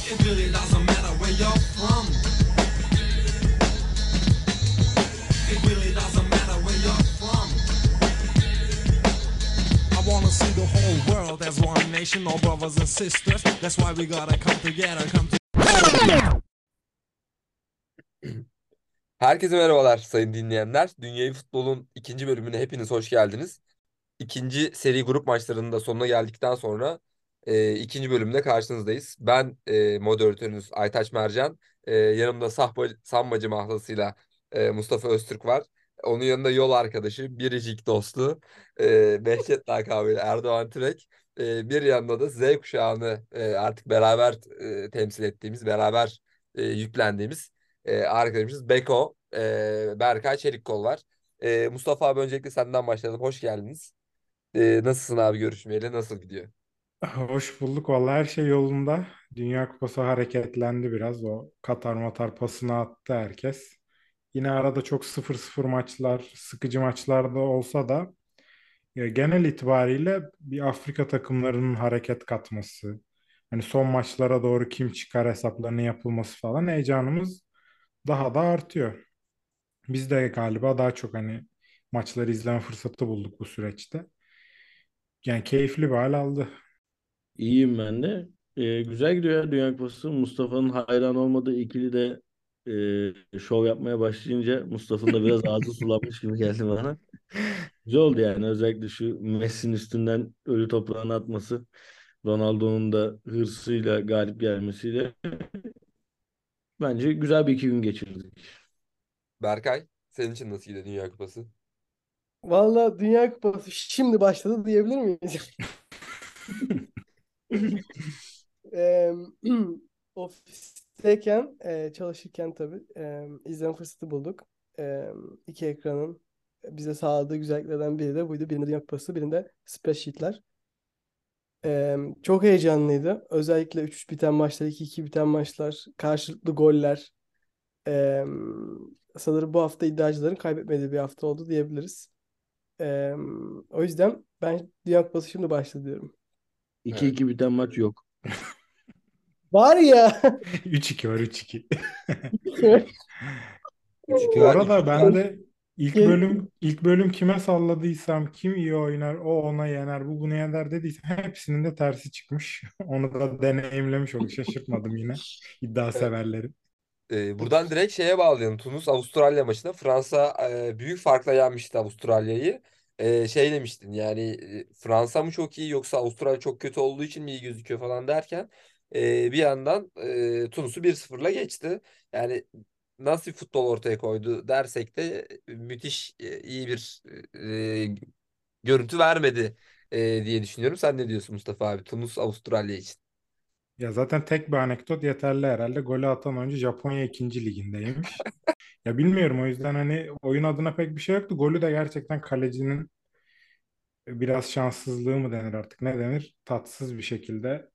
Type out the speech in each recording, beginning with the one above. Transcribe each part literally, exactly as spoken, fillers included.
It really doesn't matter where you're from. It really doesn't matter where you're from. I wanna see the whole world as one nation, all brothers and sisters. That's why we gotta come together, come together. Herkese merhabalar sayın dinleyenler. Dünya Futbol'un ikinci bölümüne hepiniz hoş geldiniz. İkinci seri grup maçlarının da sonuna geldikten sonra e, ikinci bölümde karşınızdayız. Ben e, moderatörünüz Aytaç Mercan. E, yanımda sahba, sambacı mahlasıyla e, Mustafa Öztürk var. Onun yanında yol arkadaşı, biricik dostu e, Behçet lakabıyla Erdoğan Türek. E, bir yanında da Z kuşağını e, artık beraber e, temsil ettiğimiz, beraber e, yüklendiğimiz e, arkadaşımız Beko, e, Berkay Çelikkol var. E, Mustafa abi öncelikle senden başlayalım. Hoş geldiniz. Ee, nasılsın abi görüşmeyeli? Nasıl gidiyor? Hoş bulduk. Vallahi her şey yolunda. Dünya Kupası hareketlendi biraz. O Katar Matar pasını attı herkes. Yine arada çok sıfır sıfır maçlar, sıkıcı maçlar da olsa da ya genel itibariyle bir Afrika takımlarının hareket katması, hani son maçlara doğru kim çıkar hesaplarının yapılması falan heyecanımız daha da artıyor. Biz de galiba daha çok hani maçları izleme fırsatı bulduk bu süreçte. Yani keyifli bir hal aldı. İyiyim ben de. Ee, güzel gidiyor ya Dünya Kupası. Mustafa'nın hayran olmadığı ikili de e, şov yapmaya başlayınca Mustafa'nın da biraz ağzı sulanmış gibi geldi bana. Güzel oldu yani. Özellikle şu Messi'nin üstünden ölü toprağını atması, Ronaldo'nun da hırsıyla galip gelmesiyle bence güzel bir iki gün geçirdik. Berkay, senin için nasıl gidiyor Dünya Kupası? Valla Dünya Kupası şimdi başladı diyebilir miyiz? Eee, Ofisteyken, eee, çalışırken tabii eee, izleme fırsatı bulduk. Eee iki ekranın bize sağladığı güzelliklerden biri de buydu. Birinde Dünya Kupası, birinde Spreadsheet'ler. Eee, çok heyecanlıydı. Özellikle üç üç biten maçlar, iki iki biten maçlar, karşılıklı goller. Eee sanırım bu hafta iddiacıların kaybetmediği bir hafta oldu diyebiliriz. Eee, o yüzden ben Dünya Kupası şimdi başladı diyorum. iki Evet. iki biten maç yok. Var ya. üç iki var üç iki. üç iki Bu var, üç arada üç ben var. de ilk Gel- bölüm ilk bölüm kime salladıysam kim iyi oynar o ona yener bu bunu yener dediysem hepsinin de tersi çıkmış. Onu da deneyimlemiş olduk. Şaşırtmadım yine iddia Evet. severleri. Ee, buradan direkt şeye bağlayalım. Tunus-Avustralya maçında Fransa e, büyük farkla yenmişti Avustralya'yı. Ee, şey demiştin yani e, Fransa mı çok iyi yoksa Avustralya çok kötü olduğu için mi iyi gözüküyor falan derken e, bir yandan e, Tunus'u bir sıfırla geçti. Yani nasıl bir futbol ortaya koydu dersek de müthiş e, iyi bir e, görüntü vermedi e, diye düşünüyorum. Sen ne diyorsun Mustafa abi? Tunus Avustralya için. Ya zaten tek bir anekdot yeterli herhalde. Golü atan önce Japonya ikinci ligindeymiş. Ya bilmiyorum o yüzden hani oyun adına pek bir şey yoktu. Golü de gerçekten kalecinin biraz şanssızlığı mı denir artık ne denir? Tatsız bir şekilde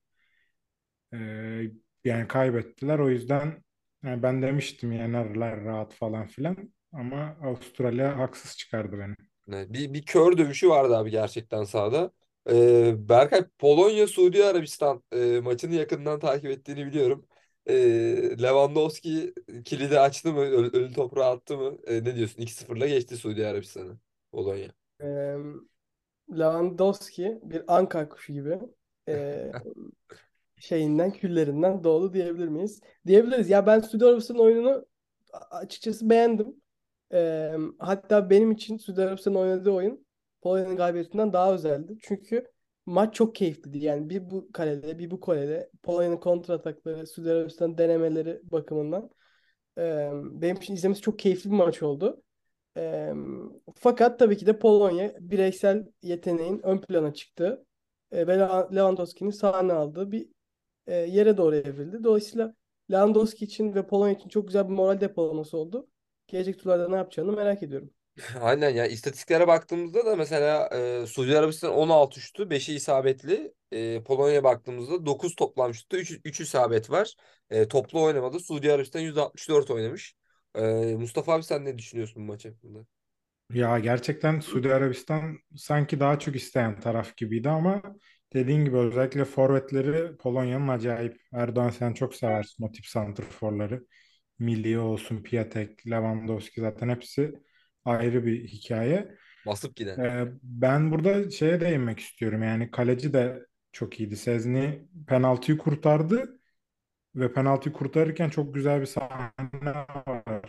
Ee, yani kaybettiler. O yüzden yani ben demiştim yenerler rahat falan filan. Ama Avustralya haksız çıkardı beni. Evet, Bir, bir kör dövüşü vardı abi gerçekten sahada. Ee, Berkay Polonya Suudi Arabistan e, maçını yakından takip ettiğini biliyorum. Ee, Lewandowski kilidi açtı mı? Ölü, ölü toprağa attı mı? Ee, ne diyorsun? iki sıfırla geçti Suudi Arabistan'ı Polonya. Eee, Lewandowski bir anka kuşu gibi eee, şeyinden küllerinden doğdu diyebilir miyiz? Diyebiliriz. Ya ben Suudi Arabistan'ın oyununu a- açıkçası beğendim. Eee, hatta benim için Suudi Arabistan'ın oynadığı oyun Polonya'nın galibiyetinden daha özeldi. Çünkü maç çok keyifliydi. Yani bir bu kalede bir bu kalede Polonya'nın kontra atakları, Suudi Arabistan denemeleri bakımından eee, benim için izlemesi çok keyifli bir maç oldu. Eee, fakat tabii ki de Polonya bireysel yeteneğin ön plana çıktığı e, ve Le- Lewandowski'nin sahne aldığı bir e, yere doğru evrildi. Dolayısıyla Lewandowski için ve Polonya için çok güzel bir moral depolaması oldu. Gelecek turlarda ne yapacağını merak ediyorum. Aynen ya istatistiklere baktığımızda da mesela e, Suudi Arabistan on altı şutu beşi isabetli. E, Polonya'ya baktığımızda dokuz toplam şutta üç, üç isabet var. E, toplu oynamada Suudi Arabistan yüz altmış dört oynamış. E, Mustafa abi sen ne düşünüyorsun bu maç hakkında? Ya gerçekten Suudi Arabistan sanki daha çok isteyen taraf gibiydi ama Dediğin gibi özellikle forvetleri Polonya'nın acayip. Erdoğan sen çok seversin o tip santrforları. Milli olsun, Piatek, Lewandowski zaten hepsi ayrı bir hikaye. Basıp giden. Ee, ben burada şeye değinmek istiyorum. Yani kaleci de çok iyiydi. Szczęsny penaltıyı kurtardı ve penaltıyı kurtarırken çok güzel bir sahne var.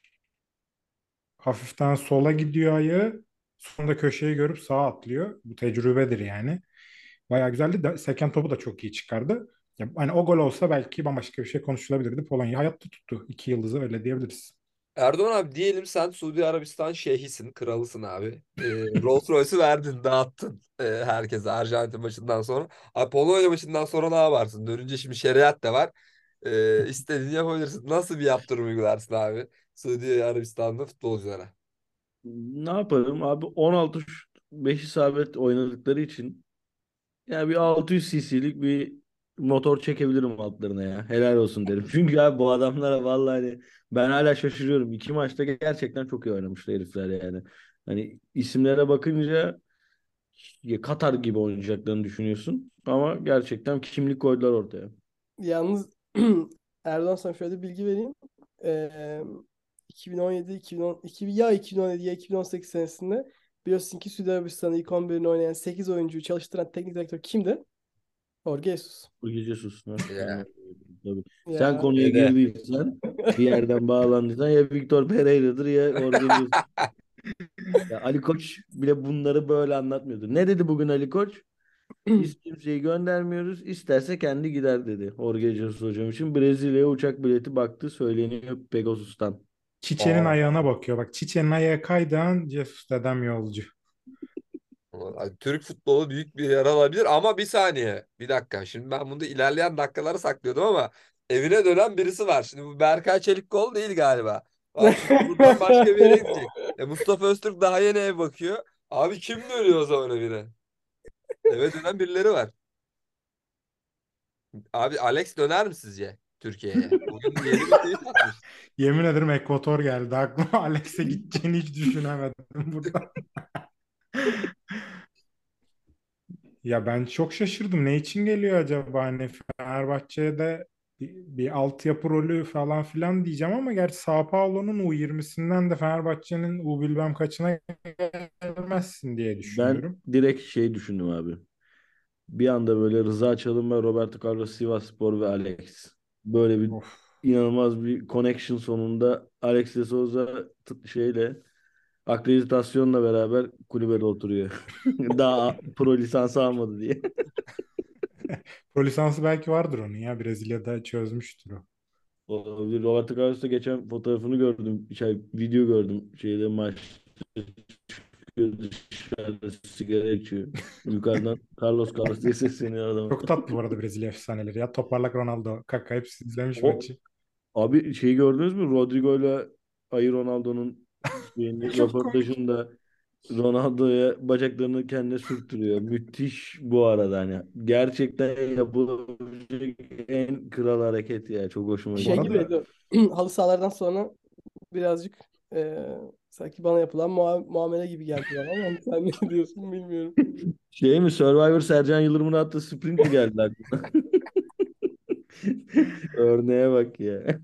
Hafiften sola gidiyor ayağı. Sonunda köşeyi görüp sağa atlıyor. Bu tecrübedir yani. Bayağı güzeldi. De, seken topu da çok iyi çıkardı. Ya, hani o gol olsa belki bambaşka bir şey konuşulabilirdi. Polonya hayatta tuttu. İki yıldızı öyle diyebiliriz. Erdoğan abi diyelim sen Suudi Arabistan şeyhisin, kralısın abi. Ee, Rolls Royce'u verdin, dağıttın ee, herkese Arjantin maçından sonra. Abi Polonya maçından sonra ne yaparsın? Dönünce şimdi şeriat da var. Ee, istediğini yapabilirsin. Nasıl bir yaptırım uygularsın abi Suudi Arabistan'da futbolculara? Ne yaparım abi? on altı şut, beş isabet oynadıkları için ya bir altı yüz cc'lik bir motor çekebilirim altlarına ya. Helal olsun derim. Çünkü abi bu adamlara vallahi hani ben hala şaşırıyorum. İki maçta gerçekten çok iyi oynamışlar herifler yani. Hani isimlere bakınca ya Katar gibi oynayacaklarını düşünüyorsun. Ama gerçekten kimlik koydular ortaya. Yalnız Erdoğan, sana şöyle bir bilgi vereyim. Ee, iki bin on yedi, iki bin on, iki bin ya iki bin on yedi ya iki bin on sekiz senesinde biliyorsun ki Suudi Arabistan'ın ilk on birini oynayan sekiz oyuncuyu çalıştıran teknik direktör kimdi? Jorge Jesus. Bu gece sus. Ha? Ya, Tamam. Tabii. Sen Ya. konuya dede. girdiysen bir yerden bağlandıysan ya Victor Pereira'dır ya Jorge Jesus. Ya Ali Koç bile bunları böyle anlatmıyordu. Ne dedi bugün Ali Koç? Biz kimseyi göndermiyoruz. İsterse kendi gider dedi. Jorge Jesus hocam için Brezilya'ya uçak bileti baktı söyleniyor Pegasus'tan. Çiçeğinin Aa, ayağına bakıyor. Bak Çiçeğinin ayağı kaydığı an Jesus dedem yolcu. Vallahi Türk futbolu büyük bir yara alabilir ama bir saniye. Bir dakika. Şimdi ben bunu ilerleyen dakikaları saklıyordum ama evine dönen birisi var. Şimdi bu Berkay Çelikkol değil galiba. Abi şimdi buradan başka bir yere gidecek. E, Mustafa Öztürk daha yeni ev bakıyor. Abi kim dönüyor o zaman evine? Eve dönen birileri var. Abi Alex döner mi sizce Türkiye'ye? Bugün yeni bir tweet atmış. Yemin ederim Ekvator geldi. Aklıma Alex'e gideceğini hiç düşünemedim burada. Ya ben çok şaşırdım. Ne için geliyor acaba? Hani Fenerbahçe'de de bir, bir altyapı rolü falan filan diyeceğim ama gerçi Sao Paulo'nun U yirmisinden de Fenerbahçe'nin U bilmem kaçına gelmezsin diye Ben düşünüyorum. direkt şey düşündüm abi. Bir anda böyle Rıza Çalın ve Roberto Carlos Sivasspor ve Alex. Böyle bir Of. inanılmaz bir connection sonunda Alex de Souza t- şeyle akreditasyonla beraber kulübede oturuyor. Daha pro lisansı almadı diye. Pro lisansı belki vardır onun ya. Brezilya'da çözmüştür o. Olabilir. Roberto Carlos'ta geçen fotoğrafını gördüm. Şey, video gördüm. Şeyde maçta çıkıyor dışarıda sigara içiyor. Yukarıdan Carlos Carlos diye sesleniyor adama. Çok tatlı bu arada Brezilya efsaneleri ya. Toparlak Ronaldo, Kaka hepsi izlemiş O maçı. abi şeyi gördünüz mü? Rodrigo ile Ayı Ronaldo'nun şeyini, Çok komik. röportajında Ronaldo'ya bacaklarını kendine sürttürüyor. Müthiş bu arada hani. Gerçekten yapılabilecek en kral hareket ya. Çok hoşuma Bu Şey gitti. arada gibiydi. Halı sahalardan sonra birazcık e, sanki bana yapılan mua- muamele gibi geldi bana ama sen ne diyorsun bilmiyorum. Şey mi Survivor Sercan Yıldırım'ın attığı sprint mi geldi aklına? Örneğe bak ya.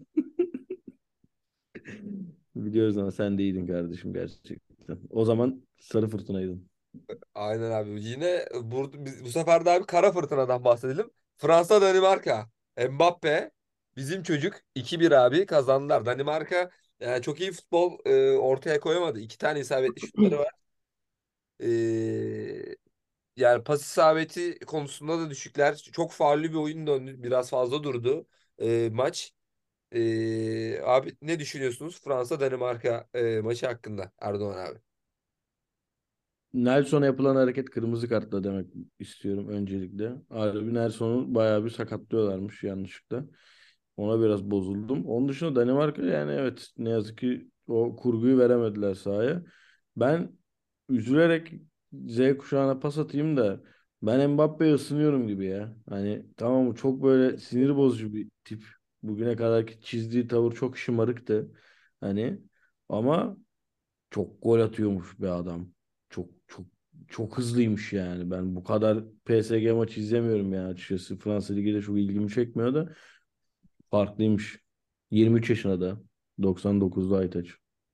Biliyoruz ama sen değildin kardeşim gerçekten. O zaman sarı fırtınaydın. Aynen abi. Yine burada, biz- bu sefer de abi kara fırtınadan bahsedelim. Fransa Danimarka. Mbappe bizim çocuk iki bir abi kazandılar. Danimarka yani çok iyi futbol e, ortaya koyamadı. İki tane isabetli şutları var. E, Yani pas isabeti konusunda da düşükler. Çok faullü bir oyun döndü. Biraz fazla durdu e, maç. E, abi ne düşünüyorsunuz Fransa Danimarka e, maçı hakkında Erdoğan abi? Nelson'a yapılan hareket kırmızı kartla demek istiyorum öncelikle. Harbi Nelson'u bayağı bir sakatlıyorlarmış yanlışlıkla. Ona biraz bozuldum. Onun dışında Danimarka yani evet ne yazık ki o kurguyu veremediler sahaya. Ben üzülerek Z kuşağına pas atayım da ben Mbappe'ye ısınıyorum gibi ya. Hani tamam mı çok böyle sinir bozucu bir tip. Bugüne kadarki çizdiği tavır çok şımarıktı. Hani ama çok gol atıyormuş be adam. Çok çok çok hızlıymış yani. Ben bu kadar P S G maçı izlemiyorum yani açıkçası. Fransa Ligi de çok ilgimi çekmiyor da farklıymış. yirmi üç yaşına da. doksan dokuzlu Aytaç.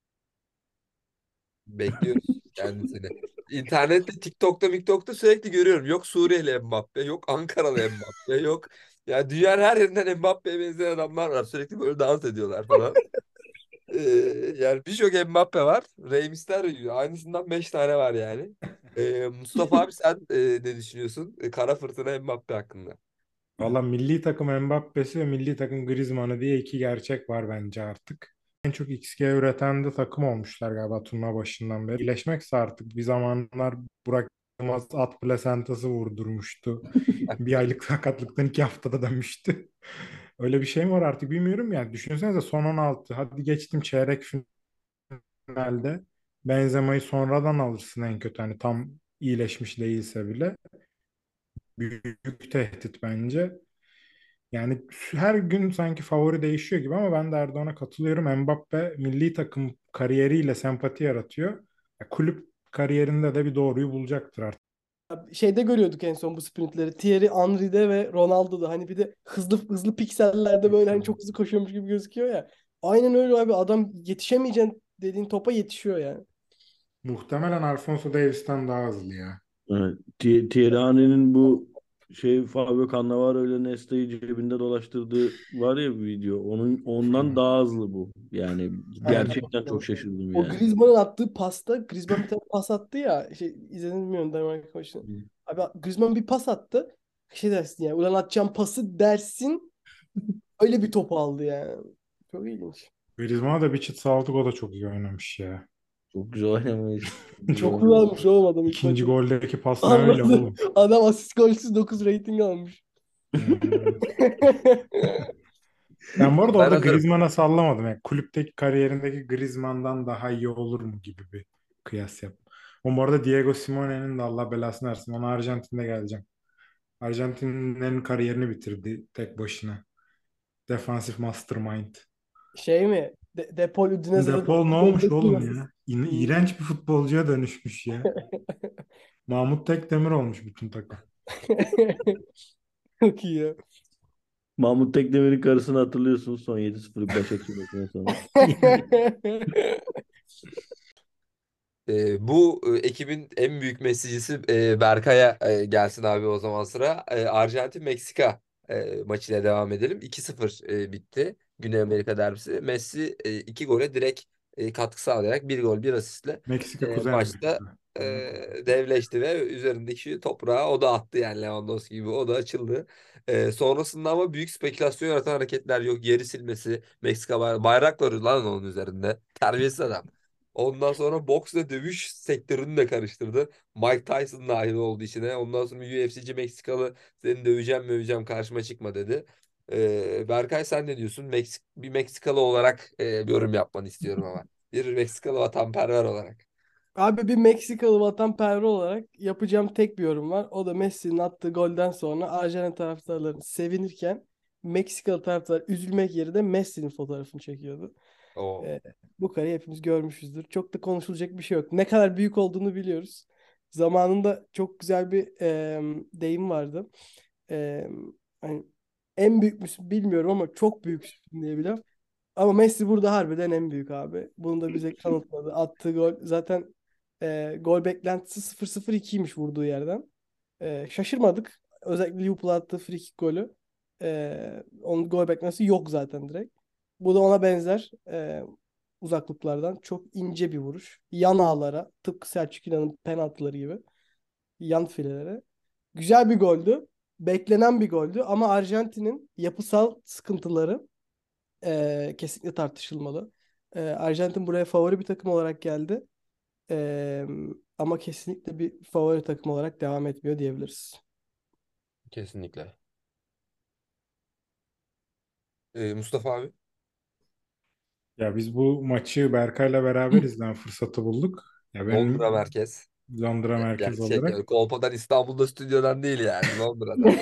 Bekliyoruz kendisini. İnternette, TikTok'ta, TikTok'ta sürekli görüyorum. Yok Suriyeli Mbappe, yok Ankaralı Mbappe, yok. Ya dünyanın her yerinden Mbappe'ye benzeyen adamlar var. Sürekli böyle dans ediyorlar falan. Ee, Yani birçok Mbappe var. Rey Mysterio aynısından beş tane var yani. Ee, Mustafa abi sen e, ne düşünüyorsun? E, Kara Fırtına Mbappe hakkında. Valla milli takım Mbappe'si ve milli takım Griezmann'ı diye iki gerçek var bence artık. En çok X G üreten de takım olmuşlar galiba turnuva başından beri. İyileşmekse artık bir zamanlar Burak Yılmaz at plasentası vurdurmuştu. Bir aylık sakatlıktan iki haftada dönmüştü. Öyle bir şey mi var artık bilmiyorum yani. Düşünsenize son on altı. Hadi geçtim çeyrek finalde. Benzema'yı sonradan alırsın en kötü. Hani tam iyileşmiş değilse bile. Büyük tehdit bence. Yani her gün sanki favori değişiyor gibi ama ben de Erdoğan'a katılıyorum. Mbappe milli takım kariyeriyle sempati yaratıyor. Ya kulüp kariyerinde de bir doğruyu bulacaktır artık. Şeyde görüyorduk en son bu sprintleri. Thierry Henry'de ve Ronaldo'da. Hani bir de hızlı hızlı piksellerde böyle hani çok hızlı koşuyormuş gibi gözüküyor ya. Aynen öyle abi. Adam yetişemeyeceksin dediğin topa yetişiyor yani. Muhtemelen Alphonso Davies'ten daha hızlı ya. Evet. Thi- Thierry Henry'nin bu şey Fabio Cannavaro ile Nesta'yı cebinde dolaştırdığı var ya bir video. Onun ondan daha hızlı bu. Yani Aynen. gerçekten çok şaşırdım O yani. Griezmann'ın attığı pasta, Griezmann bir tane pas attı ya. Şey, izledin mi bilmiyorum Danimarka maçını. Hı. Abi Griezmann bir pas attı. Şey dersin yani. Ulan atacağım pası dersin. Öyle bir topu aldı yani. Çok ilginç. Griezmann'a da bir çıt saldık, o da çok iyi oynamış ya. Çok güzel oynamış. Çok güzel Çok oynamış. kullanmış oğlum adam ilk İkinci maçı. goldeki pas ne öyle Anladı. oğlum. Adam asist golsüz dokuz rating almış. Aynen öyle. Ben bu arada Ben orada hazırım. Griezmann'a sallamadım. Yani kulüpteki kariyerindeki Griezmann'dan daha iyi olur mu gibi bir kıyas yap. O bu arada Diego Simone'nin de Allah belasını versin. Ona Arjantin'de geleceğim. Arjantin'in kariyerini bitirdi tek başına. Defansif mastermind. Şey mi? De Depol Udinese'de Depol ne dokuz olmuş goldeki oğlum nasıl? ya? İn- Hmm. İğrenç bir futbolcuya dönüşmüş ya. Mahmut Tekdemir olmuş bütün takım. Çok iyi ya. Mahmut Tekdemir'in karısını hatırlıyorsunuz son yedi sıfırlık Başakşehir maçından sonra. Ee, bu e, ekibin en büyük mesajcısı e, Berkay'a e, gelsin abi o zaman sıra. E, Arjantin-Meksika e, maçıyla devam edelim. iki sıfır e, bitti Güney Amerika derbisi. Messi e, iki gole direkt e, katkı sağlayarak bir gol bir asistle Meksika e, Kuzey maçta Amerika. e, devleşti ve üzerindeki toprağı o da attı yani Lewandowski gibi o da açıldı. E, sonrasında ama büyük spekülasyon yaratan hareketler yok. Yeri silmesi, Meksika bay- bayrak var lan onun üzerinde. Terbiyesiz adam. Ondan sonra boks ve dövüş sektörünü de karıştırdı. Mike Tyson dahil oldu içine. Ondan sonra U F C'ci Meksikalı seni döveceğim döveceğim karşıma çıkma dedi. Ee, Berkay sen ne diyorsun? Meksik bir Meksikalı olarak e, bir yorum yapmanı istiyorum ama. Bir Meksikalı vatanperver olarak. Abi bir Meksikalı vatanperver olarak yapacağım tek bir yorum var. O da Messi'nin attığı golden sonra Arjantin taraftarları sevinirken Meksikalı taraftar üzülmek yerine Messi'nin fotoğrafını çekiyordu. Oo. Ee, Bu kareyi hepimiz görmüşüzdür. Çok da konuşulacak bir şey yok. Ne kadar büyük olduğunu biliyoruz. Zamanında çok güzel bir e, deyim vardı. E, Hani en büyük müsün bilmiyorum ama çok büyüksün diye bir laf. Ama Messi burada harbiden en büyük abi. Bunu da bize kanıtladı. Attığı gol zaten e, gol beklentisi sıfır sıfır ikiymiş vurduğu yerden. E, şaşırmadık. Özellikle Liverpool'a attığı free kick golü. E, onun gol beklentisi yok zaten direkt. Bu da ona benzer e, uzaklıklardan çok ince bir vuruş. Yan ağlara tıpkı Selçuk İnan'ın penaltıları gibi. Yan filelere. Güzel bir goldü. Beklenen bir goldü ama Arjantin'in yapısal sıkıntıları e, kesinlikle tartışılmalı. E, Arjantin buraya favori bir takım olarak geldi. E, Ama kesinlikle bir favori takım olarak devam etmiyor diyebiliriz. Kesinlikle. Ee, Mustafa abi. Ya biz bu maçı Berkay'la beraber izleme fırsatı bulduk. Ya Londra benim merkez. Londra Ya, merkez gerçek yani. olarak. Kolpa'dan İstanbul'da stüdyodan değil yani. Londra'da.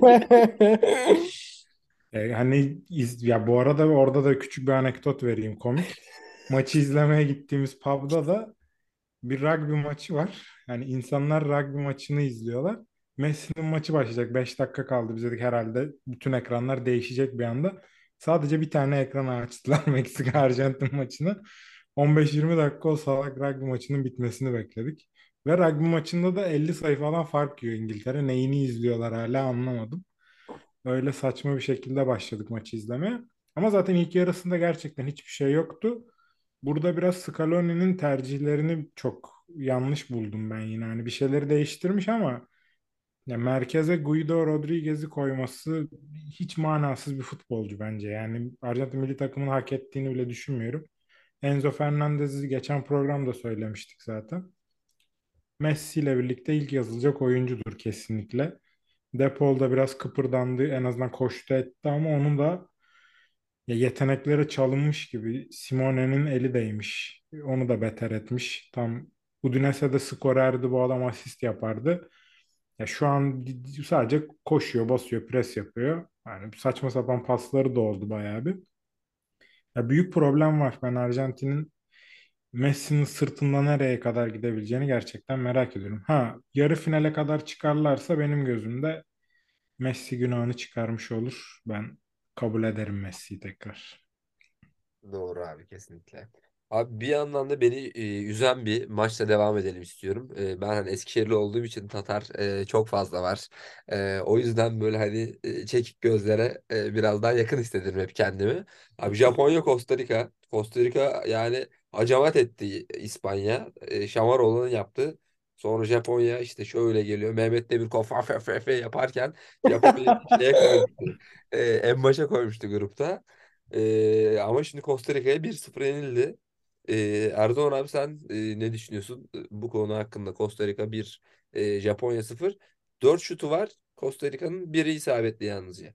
E, hani iz- ya bu arada orada da küçük bir anekdot vereyim komik. Maçı izlemeye gittiğimiz pub'da da bir rugby maçı var. Hani insanlar rugby maçını izliyorlar. Messi'nin maçı başlayacak. Beş dakika kaldı. Biz dedik herhalde bütün ekranlar değişecek bir anda. Sadece bir tane ekran açtılar Meksika-Arjantin maçını. on beş yirmi dakika o salak rugby maçının bitmesini bekledik. Ve rugby maçında da elli sayı falan fark yiyor İngiltere. Neyini izliyorlar hala anlamadım. Öyle saçma bir şekilde başladık maçı izlemeye. Ama zaten ilk yarısında gerçekten hiçbir şey yoktu. Burada biraz Scaloni'nin tercihlerini çok yanlış buldum ben yine. Hani bir şeyleri değiştirmiş ama ya merkeze Guido Rodriguez'i koyması hiç manasız bir futbolcu bence. Yani Arjantin milli takımın hak ettiğini bile düşünmüyorum. Enzo Fernandez'i geçen programda söylemiştik zaten. Messi ile birlikte ilk yazılacak oyuncudur kesinlikle. Depolda biraz kıpırdandı. En azından koştu etti ama onun da ya yetenekleri çalınmış gibi. Simone'nin eli değmiş. Onu da beter etmiş. Tam Udinese'de skorerdi, bu adam asist yapardı. Ya şu an sadece koşuyor, basıyor, pres yapıyor. Yani saçma sapan pasları da oldu bayağı bir. Ya büyük problem var. Ben Arjantin'in Messi'nin sırtında nereye kadar gidebileceğini gerçekten merak ediyorum. Ha, yarı finale kadar çıkarlarsa benim gözümde Messi günahını çıkarmış olur. Ben kabul ederim Messi'yi tekrar. Doğru abi, kesinlikle. Abi bir yandan da beni e, üzen bir maçla devam edelim istiyorum. E, ben hani Eskişehirli olduğum için Tatar e, çok fazla var. E, o yüzden böyle hani e, çekik gözlere e, biraz daha yakın hissederim hep kendimi. Abi Japonya Costa Rica. Costa Rica yani hacamat etti İspanya. E, Şamaroğlu'nun yaptı. Sonra Japonya işte şöyle geliyor. Mehmet Demirkol fa fe fe fe yaparken Japonya şeye koymuştu. E, en başa koymuştu grupta. Ee, ama şimdi Costa Rica'ya bir sıfır yenildi. Ee, Erdoğan abi, sen e, ne düşünüyorsun e, bu konu hakkında? Costa Rica bir, e, Japonya sıfır. Dört şutu var. Costa Rica'nın biri isabetli yalnızca.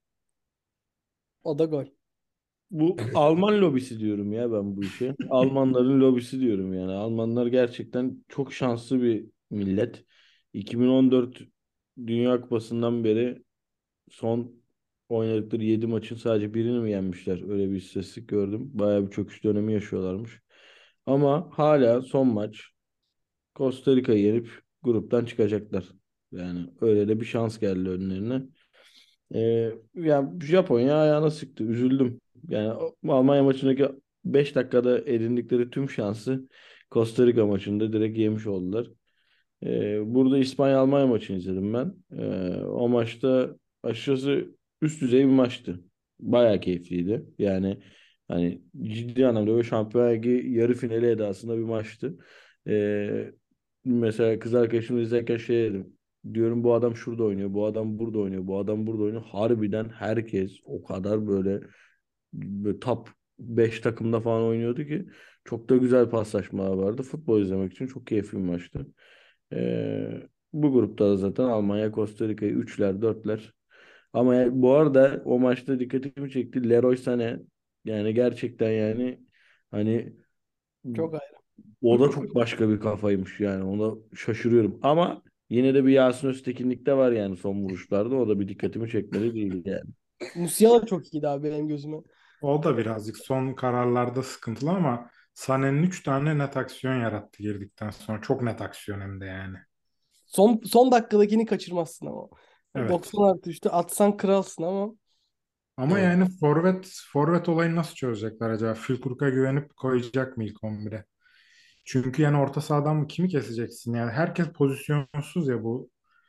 O da gol. Bu Alman lobisi diyorum ya ben bu işe. Almanların lobisi diyorum yani. Almanlar gerçekten çok şanslı bir millet. iki bin on dört Dünya Kupası'ndan beri son oynadıkları yedi maçın sadece birini mi yenmişler? Öyle bir istatistik gördüm. Bayağı bir çöküş dönemi yaşıyorlarmış. Ama hala son maç Costa Rica'yı yenip gruptan çıkacaklar. Yani öyle de bir şans geldi önlerine. Ee, ya Japonya ayağına sıktı. Üzüldüm. Yani o- Almanya maçındaki beş dakikada edindikleri tüm şansı Costa Rica maçında direkt yemiş oldular. Ee, burada İspanya-Almanya maçını izledim ben. Ee, o maçta açıkçası üst düzey bir maçtı. Bayağı keyifliydi. Yani hani ciddi anlamda böyle Şampiyonlar Ligi yarı finali edasında bir maçtı. Ee, mesela kız arkadaşımla izlerken şey dedim. Diyorum bu adam şurada oynuyor, bu adam burada oynuyor, bu adam burada oynuyor. Harbiden herkes o kadar böyle, böyle top beş takımda falan oynuyordu ki çok da güzel paslaşmalar vardı. Futbol izlemek için çok keyifli bir maçtı. Ee, bu grupta da zaten Almanya, Costa Rica'yı üçler, dörtler. Ama ya- bu arada o maçta dikkatimi çekti. Leroy Sané yani gerçekten yani hani Çok ayrı. o da çok başka bir kafaymış yani. Ona şaşırıyorum. Ama yine de bir Yasin Öztekinlik de var yani son vuruşlarda. O da bir dikkatimi çekmedi değil yani. Musiala çok iyiydi abi benim gözüme. O da birazcık son kararlarda sıkıntılı ama Sané'nin üç tane net aksiyon yarattı girdikten sonra. Çok net aksiyon hem de yani. Son son dakikadakini kaçırmazsın ama. Evet. doksan artı üçte atsan kralsın ama Ama Evet. yani forvet forvet olayını nasıl çözecekler acaba? Füllkrug'a güvenip koyacak mı ilk on bire? Çünkü yani orta sahadan mı kimi keseceksin? Yani herkes pozisyonsuz ya bu.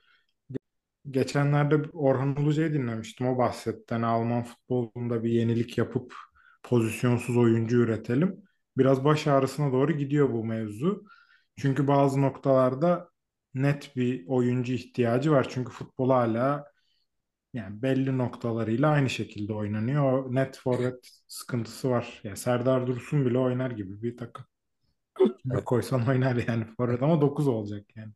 Geçenlerde Orhan Ulucu'yu dinlemiştim. O bahsetti. Yani Alman futbolunda bir yenilik yapıp pozisyonsuz oyuncu üretelim. Biraz baş ağrısına doğru gidiyor bu mevzu. Çünkü bazı noktalarda net bir oyuncu ihtiyacı var. Çünkü futbol hala yani belli noktalarıyla aynı şekilde oynanıyor. O net forvet sıkıntısı var. Ya Serdar Dursun bile oynar gibi bir takım. Kime koysan oynar yani forvet ama dokuz olacak yani.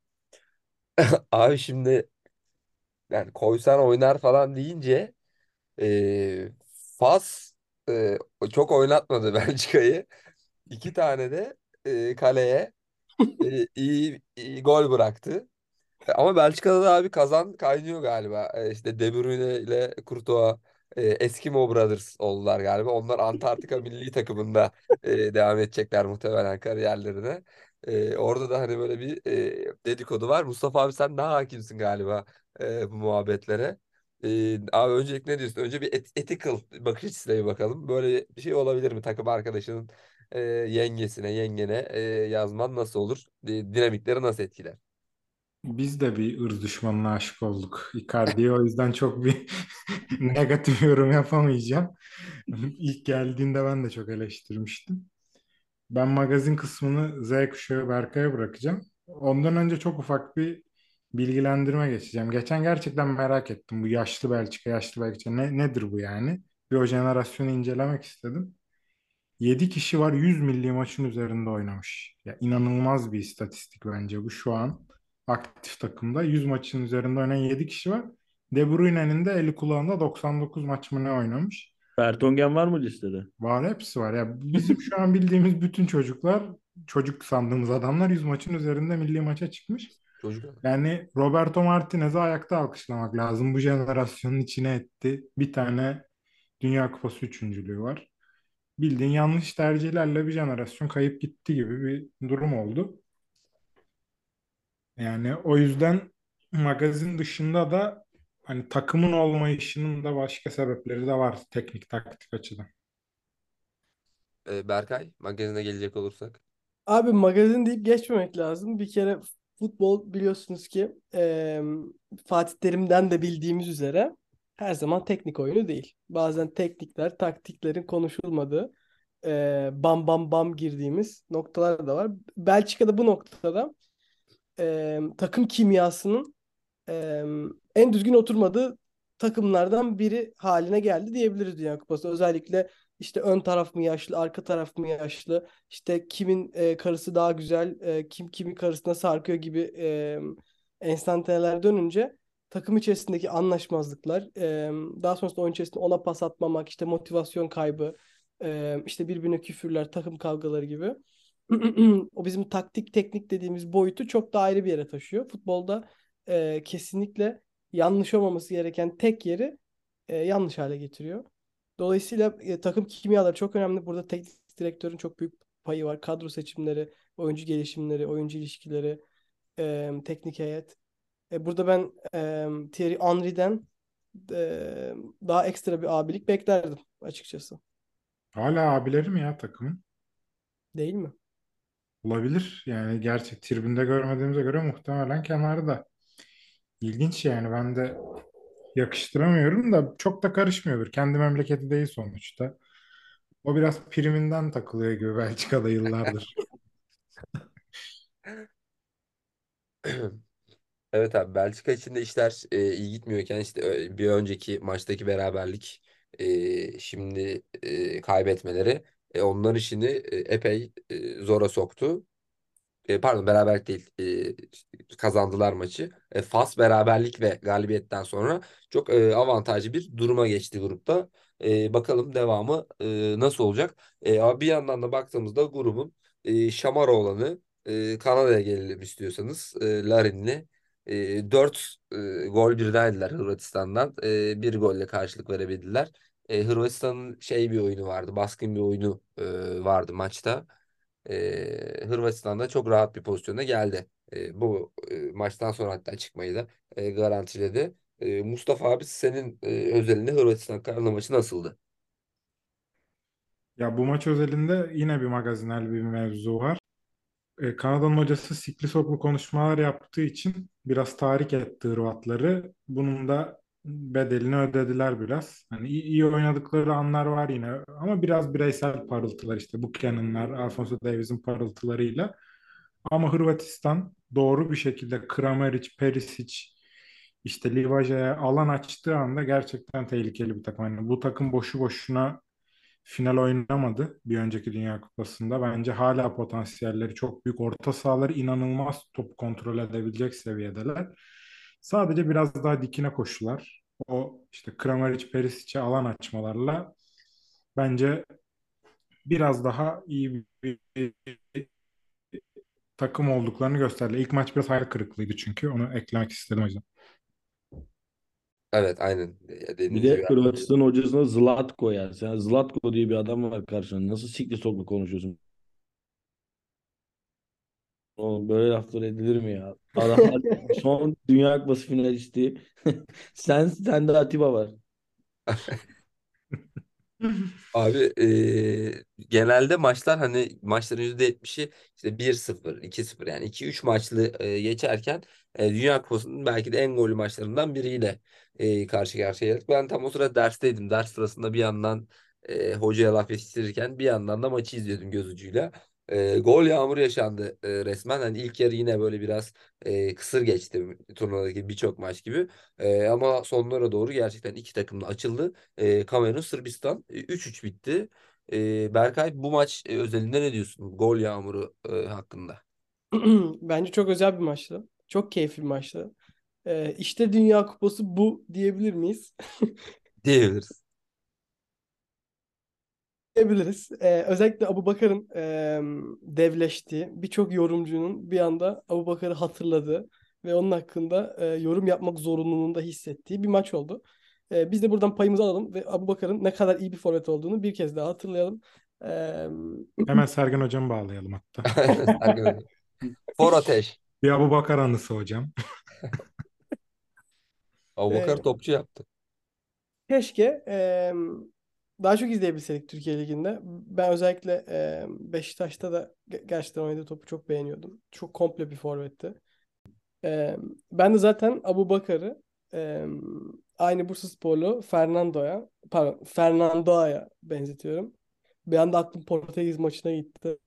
Abi şimdi yani koysan oynar falan deyince e, Fas e, çok oynatmadı Belçika'yı. İki tane de e, kaleye e, iyi, iyi gol bıraktı. E, Ama Belçika'da da abi kazan kaynıyor galiba. E, işte De Bruyne ile Courtois e, Eskimo Brothers oldular galiba. Onlar Antarktika milli takımında e, devam edecekler muhtemelen kariyerlerine. E, orada da hani böyle bir e, dedikodu var. Mustafa abi sen daha hakimsin galiba e, bu muhabbetlere. E, abi öncelikle ne diyorsun? Önce bir et- ethical bakış açısına bir bakalım. Böyle bir şey olabilir mi? Takım arkadaşının e, yengesine, yengene e, yazman nasıl olur? E, dinamikleri nasıl etkiler? Biz de bir ırz düşmanına aşık olduk. Icardi'ye o yüzden çok bir negatif yorum yapamayacağım. İlk geldiğinde ben de çok eleştirmiştim. Ben magazin kısmını Z kuşağı Berkay'a bırakacağım. Ondan önce çok ufak bir bilgilendirme geçeceğim. Geçen gerçekten merak ettim. Bu yaşlı Belçika, yaşlı Belçika ne, nedir bu yani? Bir o jenerasyonu incelemek istedim. Yedi kişi var yüz milli maçın üzerinde oynamış. Ya inanılmaz bir istatistik bence bu şu an. Aktif takımda yüz maçın üzerinde oynayan yedi kişi var. De Bruyne'nin de eli kulağında doksan dokuz maç mı ne oynamış. Vertonghen var mı listede? Var, hepsi var. Ya bizim şu an bildiğimiz bütün çocuklar, çocuk sandığımız adamlar yüz maçın üzerinde milli maça çıkmış. Çocuk adam. Yani Roberto Martinez'i ayakta alkışlamak lazım. Bu jenerasyonun içine etti. Bir tane Dünya Kupası üçüncülüğü var. Bildiğin yanlış tercihlerle bir jenerasyon kayıp gitti gibi bir durum oldu. Yani o yüzden magazin dışında da hani takımın olmayışının da başka sebepleri de var teknik taktik açıdan. E, Berkay, magazine gelecek olursak. Abi magazin deyip geçmemek lazım. Bir kere futbol biliyorsunuz ki eee, Fatih Terim'den de bildiğimiz üzere her zaman teknik oyunu değil. Bazen teknikler, taktiklerin konuşulmadığı eee, bam bam bam girdiğimiz noktalar da var. Belçika'da bu noktada eee, takım kimyasının e, en düzgün oturmadığı takımlardan biri haline geldi diyebiliriz Dünya Kupası. Özellikle işte ön taraf mı yaşlı, arka taraf mı yaşlı, işte kimin e, karısı daha güzel, e, kim kimin karısına sarkıyor gibi e, enstantaneler dönünce takım içerisindeki anlaşmazlıklar, e, daha sonrasında oyun içerisinde ona pas atmamak, işte motivasyon kaybı, e, işte birbirine küfürler, takım kavgaları gibi. O bizim taktik teknik dediğimiz boyutu çok da ayrı bir yere taşıyor. Futbolda e, kesinlikle yanlış olmaması gereken tek yeri e, yanlış hale getiriyor. Dolayısıyla e, takım kimyaları çok önemli. Burada teknik direktörün çok büyük payı var. Kadro seçimleri, oyuncu gelişimleri, oyuncu ilişkileri, e, teknik heyet. E, burada ben e, Thierry Henry'den e, daha ekstra bir abilik beklerdim açıkçası. Hala abileri mi ya takımın? Değil mi? Olabilir. Yani gerçek tribünde görmediğimize göre muhtemelen kenarda. İlginç yani, ben de yakıştıramıyorum da çok da karışmıyordur. Kendi memleketi değil sonuçta. O biraz priminden takılıyor gibi Belçika'da yıllardır. Evet abi, Belçika için de işler e, iyi gitmiyorken işte e, bir önceki maçtaki beraberlik, e, şimdi e, kaybetmeleri e, onların işini e, epey e, zora soktu. E, pardon, beraberlik değil, e, kazandılar maçı. E, Fas beraberlik ve galibiyetten sonra çok e, avantajlı bir duruma geçti grupta. E, bakalım devamı e, nasıl olacak? E, ama bir yandan da baktığımızda grubun e, şamar olanı, e, Kanada'ya gelelim istiyorsanız, e, Larin'le e, dört e, gol birden yediler Hırvatistan'dan. E, bir golle karşılık verebildiler. E, Hırvatistan'ın şey bir oyunu vardı, baskın bir oyunu e, vardı maçta. Ee, Hırvatistan'da çok rahat bir pozisyona geldi. Ee, bu e, maçtan sonra hatta çıkmayı da e, garantiledi. Ee, Mustafa abi, senin e, özelinde Hırvatistan Kanada maçı nasıldı? Ya bu maç özelinde yine bir magazinel bir mevzu var. E, Kanada'nın hocası sikli soklu konuşmalar yaptığı için biraz tahrik etti Hırvatları. Bunun da bedelini ödediler biraz. Hani iyi, iyi oynadıkları anlar var yine ama biraz bireysel parıltılar, işte Buchanan'lar, Alphonso Davies'in parıltılarıyla. Ama Hırvatistan doğru bir şekilde Kramaric, Perisic, işte Livaja'ya alan açtığı anda gerçekten tehlikeli bir takım. Hani bu takım boşu boşuna final oynamadı bir önceki Dünya Kupası'nda. Bence hala potansiyelleri çok büyük. Orta sahaları inanılmaz top kontrol edebilecek seviyedeler. Sadece biraz daha dikine koşular. O işte Kramaric, Perisic'e alan açmalarla bence biraz daha iyi bir takım olduklarını gösterdi. İlk maç biraz hayal kırıklığıydı çünkü. Onu eklemek istedim o yüzden. Evet, aynen. Ya Bir dediğiniz de gibi. Hırvatistan hocasına Zlatko yani. Sen Zlatko diye bir adam var karşında. Nasıl sikli soklu konuşuyorsun? Oğlum böyle laflar edilir mi ya? Adamlar son Dünya Kupası finalisti. Sen sende Atiba var. Abi eee, genelde maçlar hani maçların yüzde yetmişi işte bir sıfır, iki sıfır yani iki üç maçlı eee, geçerken eee, Dünya Kupası'nın belki de en gollü maçlarından biriyle eee, karşı karşıya geldik. Ben tam o sırada dersteydim. Ders sırasında bir yandan eee, hocaya laf yetiştirirken bir yandan da maçı izliyordum göz ucuyla. Eee, gol yağmuru yaşandı eee, resmen. Hani ilk yarı yine böyle biraz eee, kısır geçti turnuvadaki birçok maç gibi. Eee, ama sonlara doğru gerçekten iki takım da açıldı. E, Kamerun Sırbistan e, üç üç bitti. E, Berkay bu maç e, özelinde ne diyorsun? Gol yağmuru e, hakkında Bence çok özel bir maçtı. Çok keyifli bir maçtı. Ee, işte Dünya Kupası bu diyebilir miyiz? diyebiliriz. Diyebiliriz. Ee, özellikle Abubakar'ın e, devleştiği, birçok yorumcunun bir anda Abubakar'ı hatırladığı ve onun hakkında e, yorum yapmak zorunluluğunda hissettiği bir maç oldu. Ee, biz de buradan payımızı alalım ve Abubakar'ın ne kadar iyi bir forvet olduğunu bir kez daha hatırlayalım. Ee, Hemen Sergen hocamı bağlayalım hatta. Sergen Hoca. For Ateş. Bir Abubakar anısı hocam. Abubakar e, topçu yaptı. Keşke e, daha çok izleyebilseydik Türkiye Ligi'nde. Ben özellikle e, Beşiktaş'ta da ge- gerçekten oynadığı topu çok beğeniyordum. Çok komple bir forvetti. E, Ben de zaten Abubakar'ı e, aynı Bursasporlu Fernando'ya, pardon Fernando'ya benzetiyorum. Bir anda aklım Portekiz maçına gitti.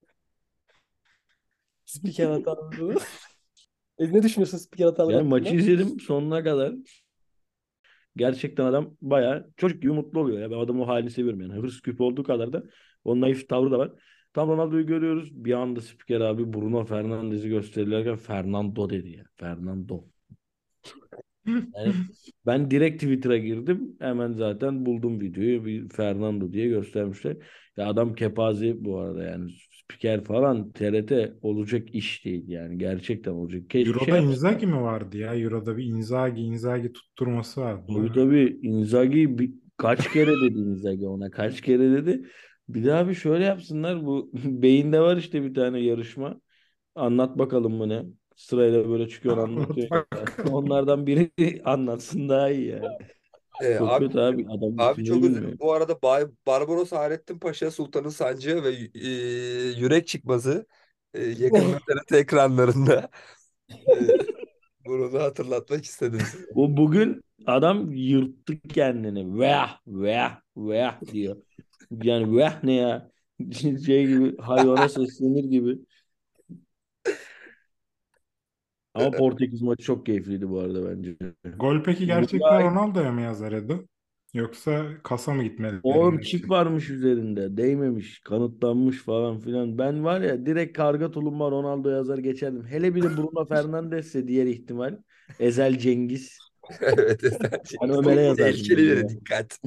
Spiker hataları. E, ne düşünüyorsun spiker hataları Yani maçı hakkında? izledim sonuna kadar. Gerçekten adam bayağı çocuk gibi mutlu oluyor ya. Ben adamın o halini seviyorum yani. Hırs küpü olduğu kadar da onun naif tavrı da var. Tam Ronaldo'yu görüyoruz. Bir anda spiker abi Bruno Fernandes'i gösterirken Fernando dedi ya. Fernando. Yani ben direkt Twitter'a girdim. Hemen zaten buldum videoyu. Bir Fernando diye göstermişler. Ya adam kepaze bu arada yani. Spiker falan T R T olacak iş değil yani. Gerçekten olacak. Keşke şey Euro'da yapsınlar. Inzaghi mi vardı ya? Euro'da bir Inzaghi, Inzaghi tutturması Tabii vardı. tabii Inzaghi bir, kaç kere dedi Inzaghi ona kaç kere dedi. Bir daha bir şöyle yapsınlar bu beyinde var işte bir tane yarışma. Anlat bakalım mı ne? Sırayla böyle çıkıyor Anlat anlatıyor ya. bakalım. Onlardan biri anlatsın daha iyi yani. E, Çok abi kötü abi adam abi isimleri çok özür bilmiyor. dilerim. Bu arada Bay, Barbaros Hayrettin Paşa Sultan'ın sancığı ve e, yürek çıkması e, yakında T R T ekranlarında. E, Bunu da hatırlatmak istedim size. O bugün adam yırttı kendini. Veh veh veh diyor. Yani veh ne ya? Şey gibi hayvana seslenir gibi. Ama Portekiz maçı çok keyifliydi bu arada bence. Gol peki gerçekten Uruguay, Ronaldo'ya mı yazar Edu? Yoksa kasa mı gitmeleri oğlum çip gerekiyor? varmış üzerinde. Değmemiş, kanıtlanmış falan filan. Ben var ya direkt karga tulumba Ronaldo yazar geçerdim. Hele bir de Bruno Fernandes'se diğer ihtimal. Ezel Cengiz. Evet, Esen'cim. Ben Ömer'e yazardım Tehlikeli böyle biri ya. dikkat.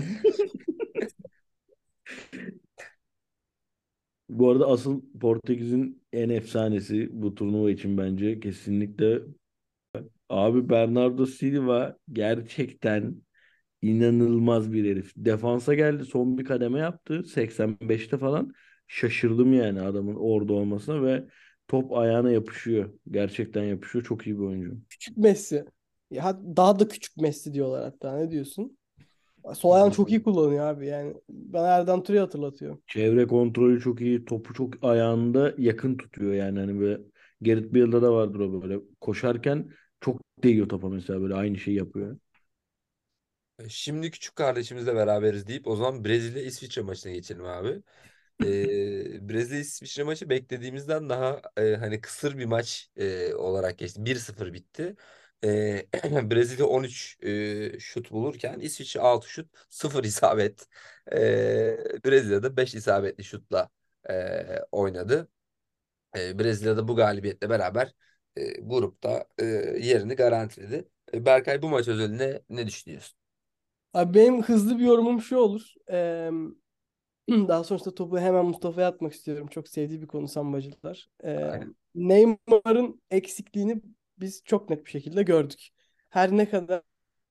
Bu arada asıl Portekiz'in en efsanesi bu turnuva için bence kesinlikle abi Bernardo Silva gerçekten İnanılmaz bir herif. Defansa geldi son bir kademe yaptı. seksen beşte falan. Şaşırdım yani adamın orada olmasına ve top ayağına yapışıyor. Gerçekten yapışıyor. Çok iyi bir oyuncu. Küçük Messi. Ya daha da küçük Messi diyorlar hatta. Ne diyorsun? Sol ayağını çok iyi kullanıyor abi yani. Bana Erden Tür'ü hatırlatıyor. Çevre kontrolü çok iyi. Topu çok ayağında yakın tutuyor yani. Hani böyle Gareth Bale'da da vardır o böyle. Koşarken çok değiyor topa mesela böyle aynı şeyi yapıyor. Şimdi küçük kardeşimizle beraberiz deyip o zaman Brezilya İsviçre maçına geçelim abi. Ee, Brezilya İsviçre maçı beklediğimizden daha e, hani kısır bir maç e, olarak geçti. bir sıfır bitti. Ee, Brezilya on üç e, şut bulurken İsviçre altı şut, sıfır isabet. Ee, Brezilya'da beş isabetli şutla e, oynadı. Ee, Brezilya'da bu galibiyetle beraber e, grupta e, yerini garantiledi. E, Berkay bu maç özelinde ne düşünüyorsun? Abi benim hızlı bir yorumum şu olur. Ee, daha sonrasında topu hemen Mustafa'ya atmak istiyorum. Çok sevdiği bir konu sambacılar. Ee, Aynen. Neymar'ın eksikliğini biz çok net bir şekilde gördük. Her ne kadar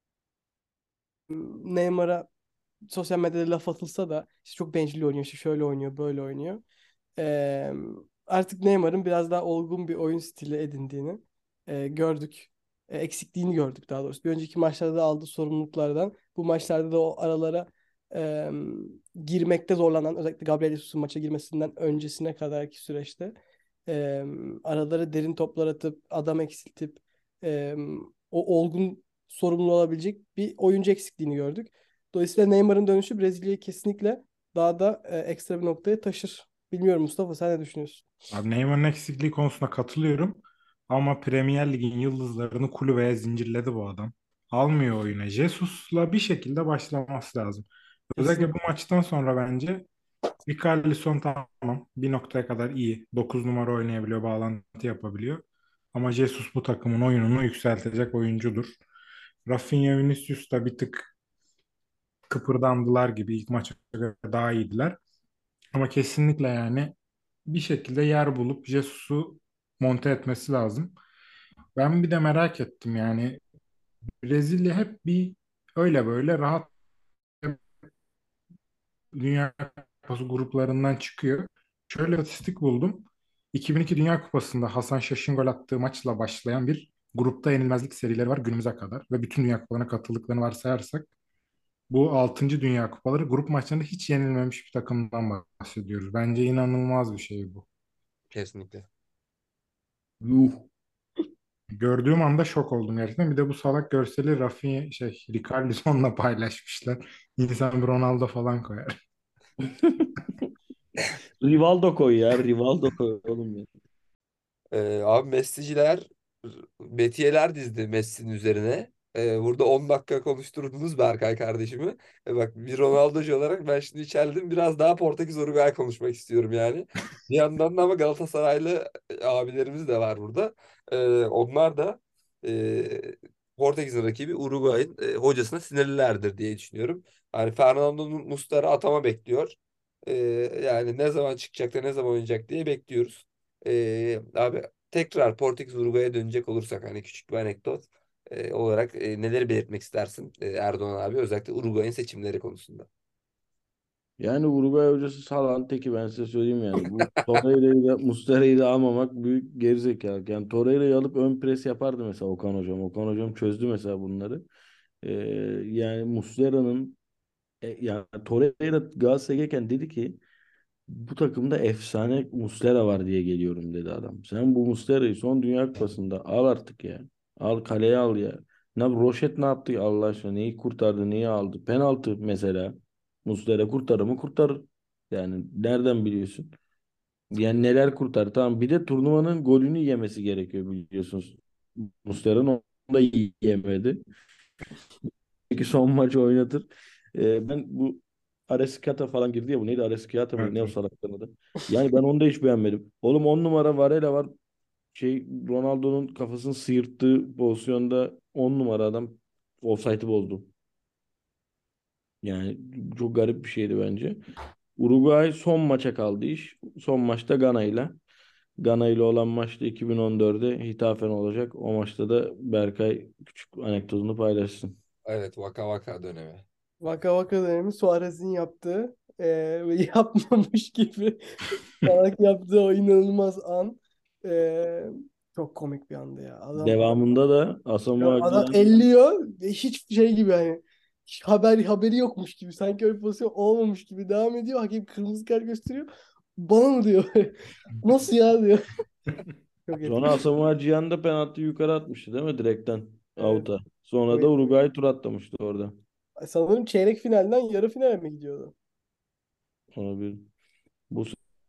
Neymar'a sosyal medyada laf atılsa da işte çok bencil oynuyor, işte şöyle oynuyor, böyle oynuyor. Ee, artık Neymar'ın biraz daha olgun bir oyun stili edindiğini e, gördük. E, eksikliğini gördük daha doğrusu. Bir önceki maçlarda da aldığı sorumluluklardan bu maçlarda da o aralara e, girmekte zorlanan, özellikle Gabriel Jesus'un maça girmesinden öncesine kadarki süreçte e, aralara derin toplar atıp adam eksiltip e, o olgun sorumlu olabilecek bir oyuncu eksikliğini gördük. Dolayısıyla Neymar'ın dönüşü Brezilya'yı kesinlikle daha da e, ekstra bir noktaya taşır. Bilmiyorum Mustafa, sen ne düşünüyorsun? Abi Neymar'ın eksikliği konusunda katılıyorum. Ama Premier Lig'in yıldızlarını kulübeye zincirledi bu adam. Almıyor oyuna. Jesus'la bir şekilde başlaması lazım. Özellikle bu Kesinlikle. maçtan sonra bence Richarlison tamam. Bir noktaya kadar iyi. Dokuz numara oynayabiliyor, bağlantı yapabiliyor. Ama Jesus bu takımın oyununu yükseltecek oyuncudur. Rafinha, Vinicius da bir tık kıpırdandılar gibi. İlk maça göre daha iyiydiler. Ama kesinlikle yani bir şekilde yer bulup Jesus'u monte etmesi lazım. Ben bir de merak ettim yani Brezilya hep bir öyle böyle rahat Dünya Kupası gruplarından çıkıyor. Şöyle bir istatistik buldum. iki bin iki Dünya Kupası'nda Hasan Şaş'ın gol attığı maçla başlayan bir grupta yenilmezlik serileri var günümüze kadar. Ve bütün Dünya Kupalarına katıldıklarını varsayarsak bu altıncı Dünya Kupaları grup maçlarında hiç yenilmemiş bir takımdan bahsediyoruz. Bence inanılmaz bir şey bu. Kesinlikle. Yuh. Gördüğüm anda şok oldum gerçekten. Bir de bu salak görseli Rafi şey Richarlison'la paylaşmışlar. İnsan bir Ronaldo falan koyar. Rivaldo koy ya. Rivaldo koy oğlum ya. Ee, abi Messi'ciler Metiyeler dizdi Messi'nin üzerine. Ee, burada on dakika konuşturdunuz Berkay kardeşimi. Ee, bak bir Ronaldo'cu olarak ben şimdi içerledim. Biraz daha Portekiz Uruguay konuşmak istiyorum yani. Bir yandan da ama Galatasaraylı abilerimiz de var burada. Ee, onlar da e, Portekiz'in rakibi Uruguay'ın e, hocasına sinirlilerdir diye düşünüyorum. Yani Fernando Muslera atama bekliyor. Ee, yani ne zaman çıkacak da ne zaman oynayacak diye bekliyoruz. Ee, abi tekrar Portekiz Uruguay'a dönecek olursak hani küçük bir anekdot e, olarak e, neleri belirtmek istersin e, Erdoğan abi özellikle Uruguay'ın seçimleri konusunda? Yani Uruguay hocası salan teki, ben size söyleyeyim yani. Bu Torreira'yı da Muslera'yı da almamak büyük gerizekalı. Yani Torreira'yı alıp ön pres yapardı mesela Okan hocam. Okan hocam çözdü mesela bunları. Ee, yani Muslera'nın e, yani Torreira Galatasaray'dayken dedi ki bu takımda efsane Muslera var diye geliyorum dedi adam. Sen bu Muslera'yı son Dünya Kupası'nda al artık ya. Al kaleye al ya. Ne Roşet ne yaptı Allah aşkına? Neyi kurtardı, neyi aldı? Penaltı mesela. Muslera kurtarır mı? Kurtarır. Yani nereden biliyorsun? Yani neler kurtar? Tamam, bir de turnuvanın golünü yemesi gerekiyor biliyorsunuz. Muslera'nın onu da yemedi. Peki son maçı oynatır. Ee, ben bu Areskata falan girdi ya, bu neydi? Areskata mıydı? Evet, Ne o evet. salakların adı? Yani ben onu da hiç beğenmedim. Oğlum on numara Varela var. Şey Ronaldo'nun kafasını sıyırttığı pozisyonda on numara adam ofsaytı bozdu. Yani çok garip bir şeydi bence. Uruguay son maça kaldı iş. Son maçta Gana ile. Gana ile olan maçta iki bin on dörde hithafen olacak. O maçta da Berkay küçük anekdotunu paylaşsın. Evet, Vaka Vaka dönemi. Vaka Vaka dönemi Suarez'in yaptığı e, ve yapmamış gibi salak yaptığı o inanılmaz an e, çok komik bir andı ya. Adam adam, Devamında da Asamoah adam Gyan elliyor ve hiç şey gibi hani hiç haber haberi yokmuş gibi sanki öyle bir pozisyon olmamış gibi devam ediyor. Hakem kırmızı kart gösteriyor. Bana mı diyor? Nasıl ya diyor. Çok sonra etkili. Asamoah Gyan da penaltı yukarı atmıştı değil mi? Direkten Evet. out'a. Sonra da Evet. Uruguay tur atlamıştı orada. Sanırım çeyrek finalden yarı finale mi gidiyordu? Sonra bir bu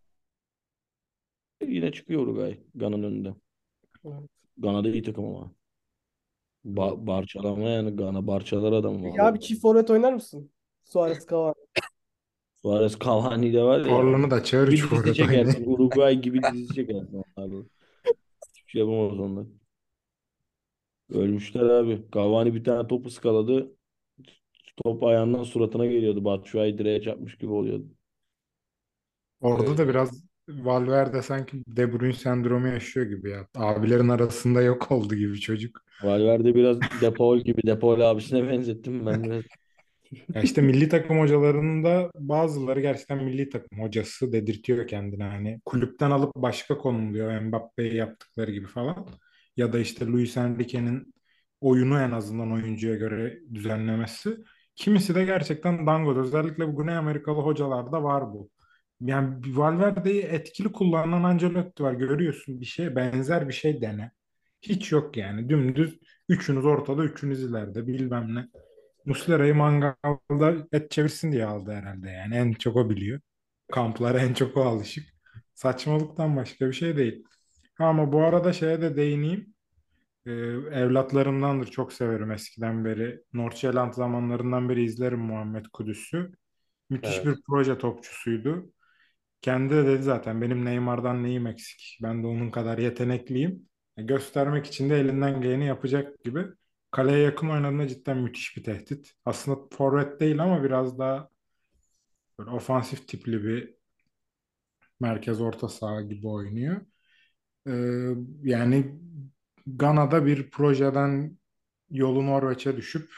sefer yine çıkıyor Uruguay Gana'nın önünde. Evet. Gana da iyi takım ama. Hı. Ba Barçalama yani Gana barçalar adamı Peki abi vallahi. çift forvet oynar mısın? Suarez Cavani. Suarez Cavani de var ya. Orlan'ı da çağır üç Bir dizi forvet oynayın. çekersin. Uruguay gibi dizi çekersin onlarla. Hiçbir şey yapamaz onlar. Ölmüşler abi. Cavani bir tane topu ıskaladı. Top ayağından suratına geliyordu. Batshuayi direğe çarpmış gibi oluyordu. Orada da Ee, biraz Valverde sanki De Bruyne sendromu yaşıyor gibi ya. Abilerin arasında yok oldu gibi çocuk. Valverde biraz De Paul gibi. De Paul abisine benzettim ben biraz. Ya işte milli takım hocalarının da bazıları gerçekten milli takım hocası dedirtiyor kendine. Hani kulüpten alıp başka konumluyor Mbappe'yi yaptıkları gibi falan. Ya da işte Luis Enrique'nin oyunu en azından oyuncuya göre düzenlemesi. Kimisi de gerçekten dangoz. Özellikle bu Güney Amerikalı hocalarda var bu. Yani bir Valverde'yi etkili kullanan Ancelotti var. Görüyorsun bir şey benzer bir şey dene. Hiç yok yani. Dümdüz üçünüz ortada, üçünüz ileride bilmem ne. Muslera'yı mangalda et çevirsin diye aldı herhalde yani. En çok o biliyor. Kamplara en çok o alışık. Saçmalıktan başka bir şey değil. Ha, ama bu arada şeye de değineyim. Ee, evlatlarımdandır. Çok severim eskiden beri. Nordsjælland zamanlarından beri izlerim Muhammed Kudüs'ü. Müthiş bir Evet. proje topçusuydu. Kendi de dedi zaten benim Neymar'dan neyim eksik? Ben de onun kadar yetenekliyim. E, göstermek için de elinden geleni yapacak gibi. Kaleye yakın oynadığında cidden müthiş bir tehdit. Aslında forvet değil ama biraz daha böyle ofansif tipli bir merkez orta saha gibi oynuyor. Ee, yani Gana'da bir projeden yolu Norveç'e düşüp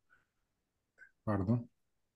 pardon.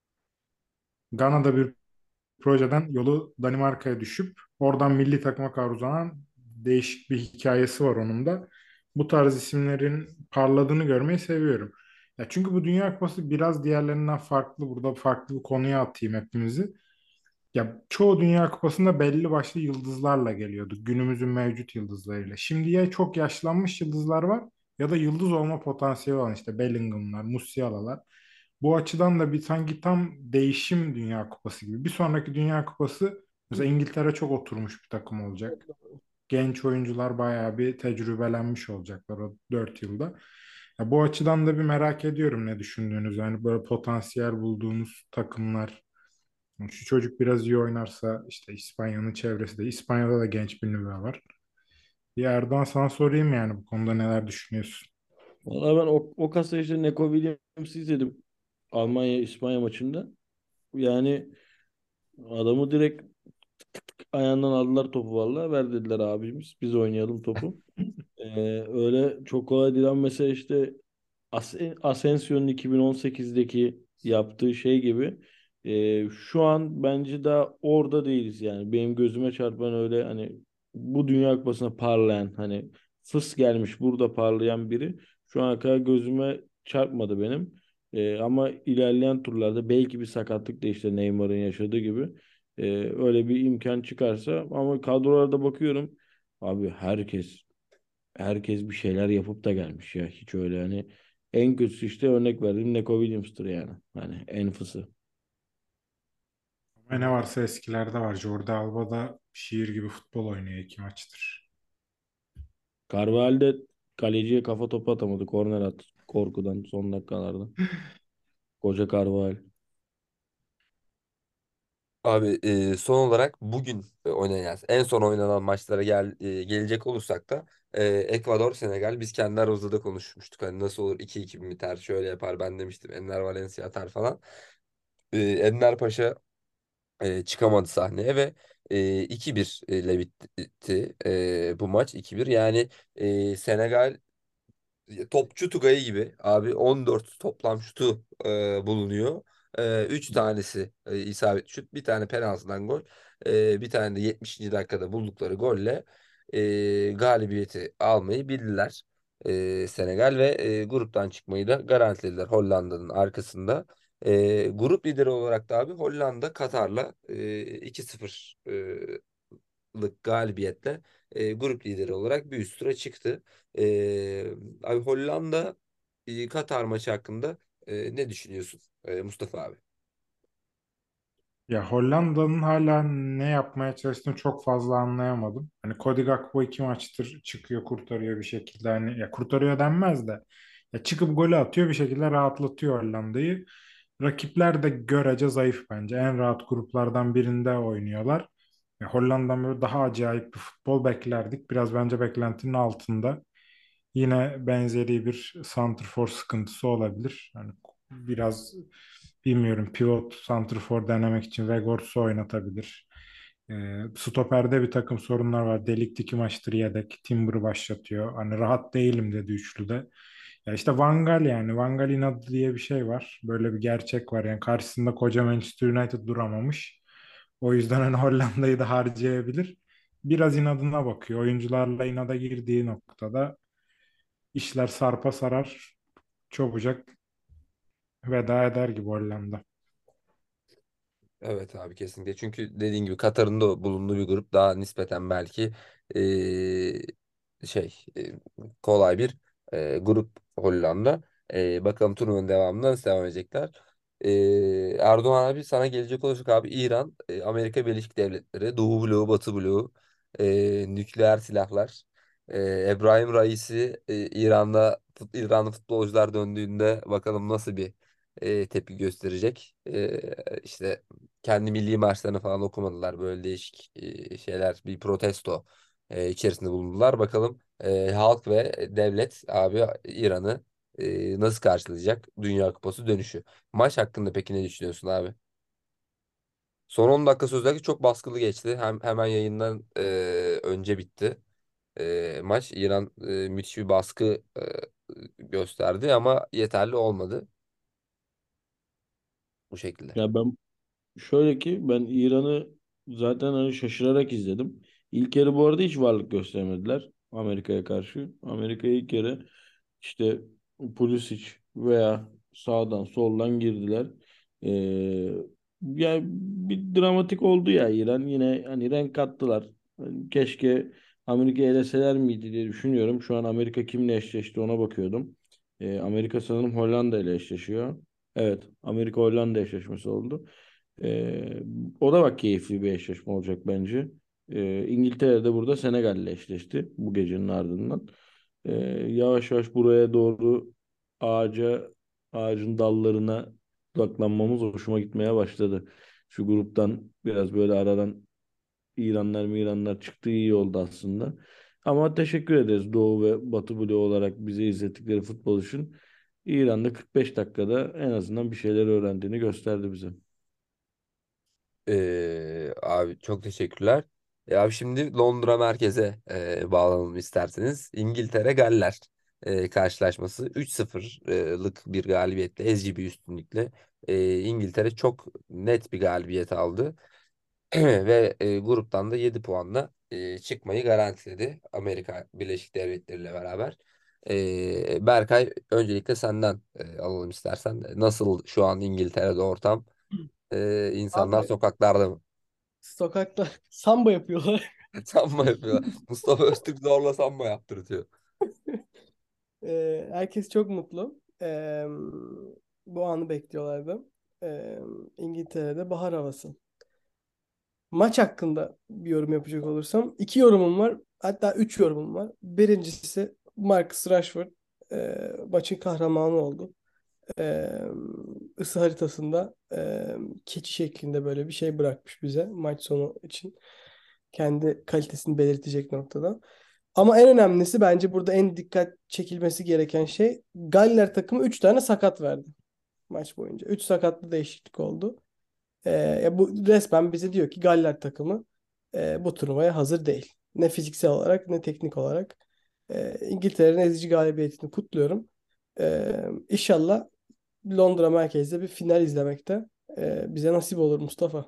Gana'da bir projeden yolu Danimarka'ya düşüp oradan milli takıma kadar uzanan değişik bir hikayesi var onun da. Bu tarz isimlerin parladığını görmeyi seviyorum. Ya çünkü bu Dünya Kupası biraz diğerlerinden farklı. Burada farklı bir konuya atayım hepimizi. Ya çoğu Dünya Kupası'nda belli başlı yıldızlarla geliyordu. Günümüzün mevcut yıldızlarıyla. Şimdi ya çok yaşlanmış yıldızlar var ya da yıldız olma potansiyeli olan işte Bellingham'lar, Musiala'lar. Bu açıdan da bir sanki tam değişim Dünya Kupası gibi. Bir sonraki Dünya Kupası mesela İngiltere çok oturmuş bir takım olacak. Genç oyuncular bayağı bir tecrübelenmiş olacaklar o dört yılda. Ya bu açıdan da bir merak ediyorum ne düşündüğünüz. Yani böyle potansiyel bulduğunuz takımlar. Şu çocuk biraz iyi oynarsa işte İspanya'nın çevresi de İspanya'da da genç bir nüve var. Bir Erdoğan sana sorayım yani bu konuda neler düşünüyorsun? Valla ben o, o kasa işte Neko Williams'ı izledim. Almanya-İspanya maçında. Yani adamı direkt ayağından aldılar topu valla. Ver dediler abimiz. Biz oynayalım topu. Ee, öyle çok kolay değil ama mesela işte As Asensio'nun iki bin on sekizdeki yaptığı şey gibi e, şu an bence daha orada değiliz yani. Benim gözüme çarpan öyle hani bu Dünya Kupası'na parlayan hani fıs gelmiş burada parlayan biri şu ana kadar gözüme çarpmadı benim. E, ama ilerleyen turlarda belki bir sakatlık da işte Neymar'ın yaşadığı gibi e, öyle bir imkan çıkarsa ama kadrolarda bakıyorum abi herkes herkes bir şeyler yapıp da gelmiş ya. Hiç öyle hani en kötüsü işte örnek verdiğim Neko Williams'tır yani. Hani en fısı. Ama ne varsa eskilerde var. Jordi Alba da şiir gibi futbol oynuyor iki maçtır. Carvalho de kaleciye kafa topu atamadı. Korner at korkudan son dakikalarda. Koca Carvalho. Abi e, son olarak bugün e, oynanan en son oynanan maçlara gel e, gelecek olursak da e, Ekvador Senegal biz kendi aramızda da konuşmuştuk. Hani nasıl olur iki iki mi biter şöyle yapar ben demiştim. Enner Valencia atar falan. E, Enner Paşa e, çıkamadı sahneye ve e, iki bir ile bitti e, bu maç iki bir. Yani e, Senegal topçu Tugayı gibi abi on dört toplam şutu e, bulunuyor. E, üç tanesi e, isabet şut, bir tane penaltıdan gol, e, bir tane de yetmişinci dakikada buldukları golle e, galibiyeti almayı bildiler. E, Senegal ve e, gruptan çıkmayı da garantilediler Hollanda'nın arkasında. E, grup lideri olarak da abi Hollanda Katar'la e, iki sıfır lık galibiyetle e, grup lideri olarak bir üst tura çıktı. E, abi Hollanda e, Katar maçı hakkında e, ne düşünüyorsun e, Mustafa abi? Ya Hollanda'nın hala ne yapmaya çalıştığını çok fazla anlayamadım. Hani Cody Gakpo iki maçtır çıkıyor kurtarıyor bir şekilde. Hani ya kurtarıyor denmez de ya çıkıp golü atıyor bir şekilde rahatlatıyor Hollanda'yı. Rakipler de görece zayıf bence. En rahat gruplardan birinde oynuyorlar. Ya Hollanda'dan böyle daha acayip bir futbol beklerdik. Biraz bence beklentinin altında. Yine benzeri bir santrfor sıkıntısı olabilir. Yani biraz bilmiyorum pivot santrfor denemek için Vegors'u oynatabilir. Ee, stoperde bir takım sorunlar var. Delik iki maçtır yedek. Timber'ı başlatıyor. Hani rahat değilim dedi üçlüde. Ya işte Van Gaal yani. Van Gaal inadı diye bir şey var. Böyle bir gerçek var. Yani karşısında koca Manchester United duramamış. O yüzden hani Hollanda'yı da harcayabilir. Biraz inadına bakıyor. Oyuncularla inada girdiği noktada işler sarpa sarar. Çabucak veda eder gibi Hollanda. Evet abi, kesinlikle. Çünkü dediğin gibi Katar'ın da bulunduğu bir grup daha nispeten belki eee, şey eee, kolay bir eee, grup Hollanda. Eee, bakalım turnuvanın devamında nasıl devam edecekler. Eee, Erdoğan abi, sana gelecek olursak abi, İran, eee, Amerika Birleşik Devletleri, Doğu bloğu, Batı bloğu, eee, nükleer silahlar. Eee İbrahim Raisi, eee, İran'da fut- İranlı futbolcular döndüğünde bakalım nasıl bir eee, tepki gösterecek. Eee işte kendi milli marşlarını falan okumadılar. Böyle değişik e, şeyler, bir protesto e, içerisinde bulundular. Bakalım e, halk ve devlet abi İran'ı e, nasıl karşılayacak Dünya Kupası dönüşü. Maç hakkında peki ne düşünüyorsun abi? Son on dakika özellikle çok baskılı geçti. Hem hemen yayından e, önce bitti. E, maç İran e, müthiş bir baskı e, gösterdi ama yeterli olmadı bu şekilde. Ya ben şöyle ki ben İran'ı zaten hani şaşırarak izledim. İlk yarı bu arada hiç varlık göstermediler Amerika'ya karşı. Amerika'ya ilk yarı işte Pulisic veya sağdan soldan girdiler. Ee, Ya bir dramatik oldu ya İran. Yine hani renk kattılar. Hani keşke Amerika eleseler miydi diye düşünüyorum. Şu an Amerika kimle eşleşti ona bakıyordum. Ee, Amerika sanırım Hollanda ile eşleşiyor. Evet, Amerika Hollanda eşleşmesi oldu. Ee, O da bak keyifli bir eşleşme olacak bence. Ee, İngiltere de burada Senegal'le eşleşti bu gecenin ardından. Ee, Yavaş yavaş buraya doğru ağaca, ağacın dallarına odaklanmamız hoşuma gitmeye başladı. Şu gruptan biraz böyle aradan İranlar mı İranlar çıktı, iyi oldu aslında. Ama teşekkür ederiz Doğu ve Batı bloğu olarak bize izlettikleri futbol için. İran'da kırk beş dakikada en azından bir şeyler öğrendiğini gösterdi bize. Ee, abi çok teşekkürler. E, abi şimdi Londra merkeze e, bağlanalım isterseniz. İngiltere Galler e, karşılaşması üç sıfırlık bir galibiyetle, ezici bir üstünlükle e, İngiltere çok net bir galibiyet aldı. Ve e, gruptan da yedi puanla e, çıkmayı garantiledi Amerika Birleşik Devletleri ile beraber. E, Berkay, öncelikle senden e, alalım istersen. Nasıl şu an İngiltere'de ortam? E, insanlar Abi sokaklarda mı? sokakta samba yapıyorlar. Samba yapıyorlar. Mustafa Öztürk zorla samba yaptırtıyor. Ee, herkes çok mutlu. Ee, Bu anı bekliyorlardı. Ee, İngiltere'de bahar havası. Maç hakkında bir yorum yapacak olursam iki yorumum var. Hatta üç yorumum var. Birincisi Marcus Rashford e, maçın kahramanı oldu. E, ısı haritasında e, keçi şeklinde böyle bir şey bırakmış bize maç sonu için. Kendi kalitesini belirtecek noktada. Ama en önemlisi bence burada en dikkat çekilmesi gereken şey Galler takımı üç tane sakat verdi maç boyunca. Üç sakatlı değişiklik oldu. Ee, ya bu resmen bize diyor ki Galler takımı e, bu turnuvaya hazır değil. Ne fiziksel olarak ne teknik olarak. Ee, İngiltere'nin ezici galibiyetini kutluyorum. Ee, İnşallah Londra merkezde bir final izlemekte e, bize nasip olur Mustafa.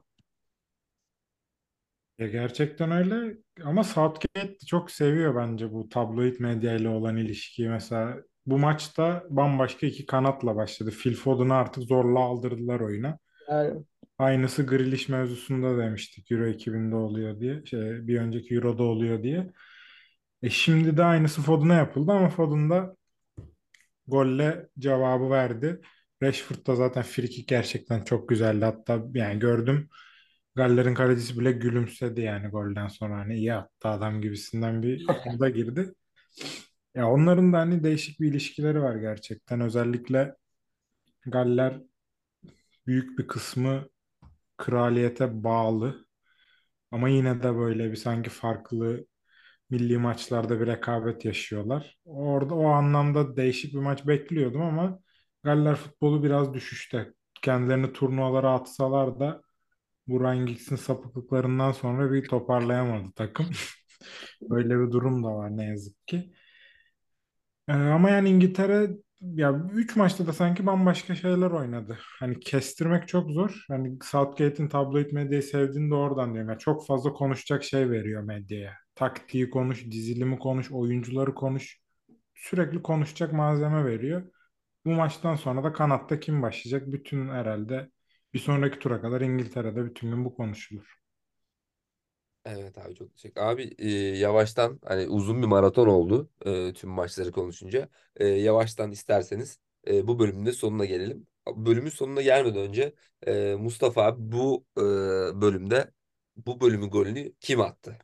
Ya gerçekten öyle ama Southgate çok seviyor bence bu tabloid medya ile olan ilişkiyi. Mesela bu maçta bambaşka iki kanatla başladı. Phil Foden'ı artık zorla aldırdılar oyuna. Yani Aynısı Grealish mevzusunda demiştik, Euro iki binde oluyor diye. Şey, bir önceki Euro'da oluyor diye. E şimdi de aynısı Foden'a yapıldı ama Foden da golle cevabı verdi. Rashford da zaten frikik gerçekten çok güzeldi. Hatta yani gördüm, Galler'in kalecisi bile gülümsedi yani golden sonra, hani iyi attı adam gibisinden bir moda girdi. Ya onların da hani değişik bir ilişkileri var gerçekten. Özellikle Galler büyük bir kısmı kraliyete bağlı. Ama yine de böyle bir sanki farklı milli maçlarda bir rekabet yaşıyorlar. Orada o anlamda değişik bir maç bekliyordum ama Galler futbolu biraz düşüşte. Kendilerini turnuvalara atsalar da bu Ryan Giggs'in sapıklıklarından sonra bir toparlayamadı takım. Böyle bir durum da var ne yazık ki. Ee, ama yani İngiltere Ya üç maçta da sanki bambaşka şeyler oynadı. Hani kestirmek çok zor. Hani Southgate'in tabloid medyayı sevdiğini de oradan diyorum. Yani çok fazla konuşacak şey veriyor medyaya. Taktiği konuş, dizilimi konuş, oyuncuları konuş. Sürekli konuşacak malzeme veriyor. Bu maçtan sonra da kanatta kim başlayacak? Bütün herhalde bir sonraki tura kadar İngiltere'de bütün gün bu konuşulur. Evet abi, çok teşekkür. Abi e, yavaştan, hani uzun bir maraton oldu e, tüm maçları konuşunca. E, yavaştan isterseniz e, bu bölümün de sonuna gelelim. Bölümün sonuna gelmeden önce e, Mustafa abi, bu e, bölümde bu bölümün golünü kim attı?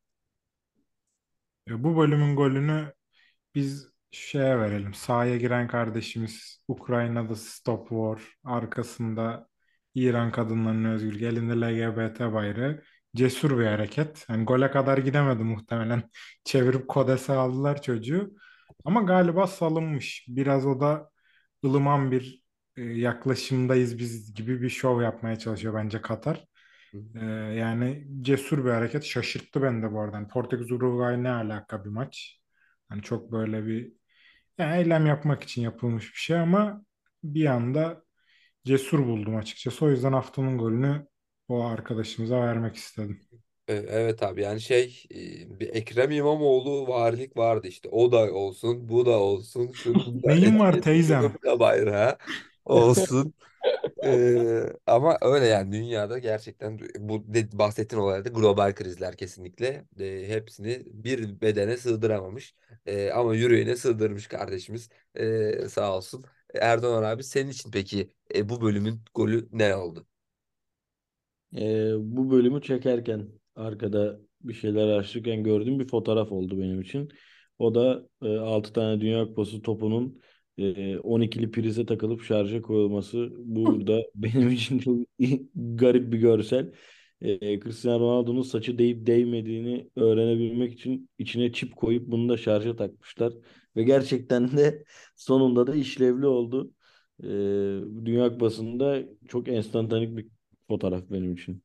Ya bu bölümün golünü biz şeye verelim. Sahaya giren kardeşimiz, Ukrayna'da Stop War, arkasında İran kadınlarının özgürlüğü, elinde L G B T bayrağı. Cesur bir hareket. Yani gole kadar gidemedi muhtemelen. Çevirip Kodes'e aldılar çocuğu. Ama galiba salınmış. Biraz o da ılıman bir e, yaklaşımdayız biz gibi bir şov yapmaya çalışıyor bence Katar. E, yani cesur bir hareket. Şaşırttı beni de bu arada. Yani Portekiz Uruguay ne alaka bir maç. Hani çok böyle bir, yani eylem yapmak için yapılmış bir şey ama bir anda cesur buldum açıkçası. O yüzden haftanın golünü o arkadaşımıza vermek istedim. E, Evet abi, yani şey, e, bir Ekrem İmamoğlu varilik vardı işte, o da olsun, bu da olsun, şunun da Neyin var etiketi, teyzem? şunun da bayrağı olsun. Ee, ama öyle yani, dünyada gerçekten bu de, bahsettiğin olaylarda global krizler kesinlikle e, hepsini bir bedene sığdıramamış. E, ama yüreğine sığdırmış kardeşimiz. E, sağ olsun. Erdoğan abi, senin için peki e, bu bölümün golü ne oldu? Ee, bu bölümü çekerken arkada bir şeyler araştırırken gördüğüm bir fotoğraf oldu benim için. O da e, altı tane Dünya Kupası topunun e, on ikili prize takılıp şarja koyulması. Burada benim için çok garip bir görsel. E, Cristiano Ronaldo'nun saçı değip değmediğini öğrenebilmek için içine çip koyup bunu da şarja takmışlar. Ve gerçekten de sonunda da işlevli oldu. E, Dünya Kupası'nda çok enstantanik bir fotoğraf benim için.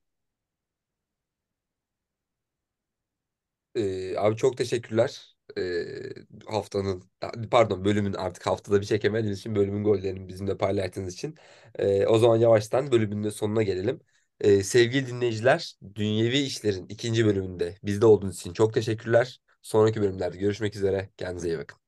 Ee, abi çok teşekkürler. Ee, haftanın, pardon, bölümün, artık haftada bir çekemediğiniz için, bölümün gollerini bizimle paylaştığınız için. Ee, o zaman yavaştan bölümün de sonuna gelelim. Ee, sevgili dinleyiciler, Dünyevi İşler'in ikinci bölümünde bizde olduğunuz için çok teşekkürler. Sonraki bölümlerde görüşmek üzere. Kendinize iyi bakın.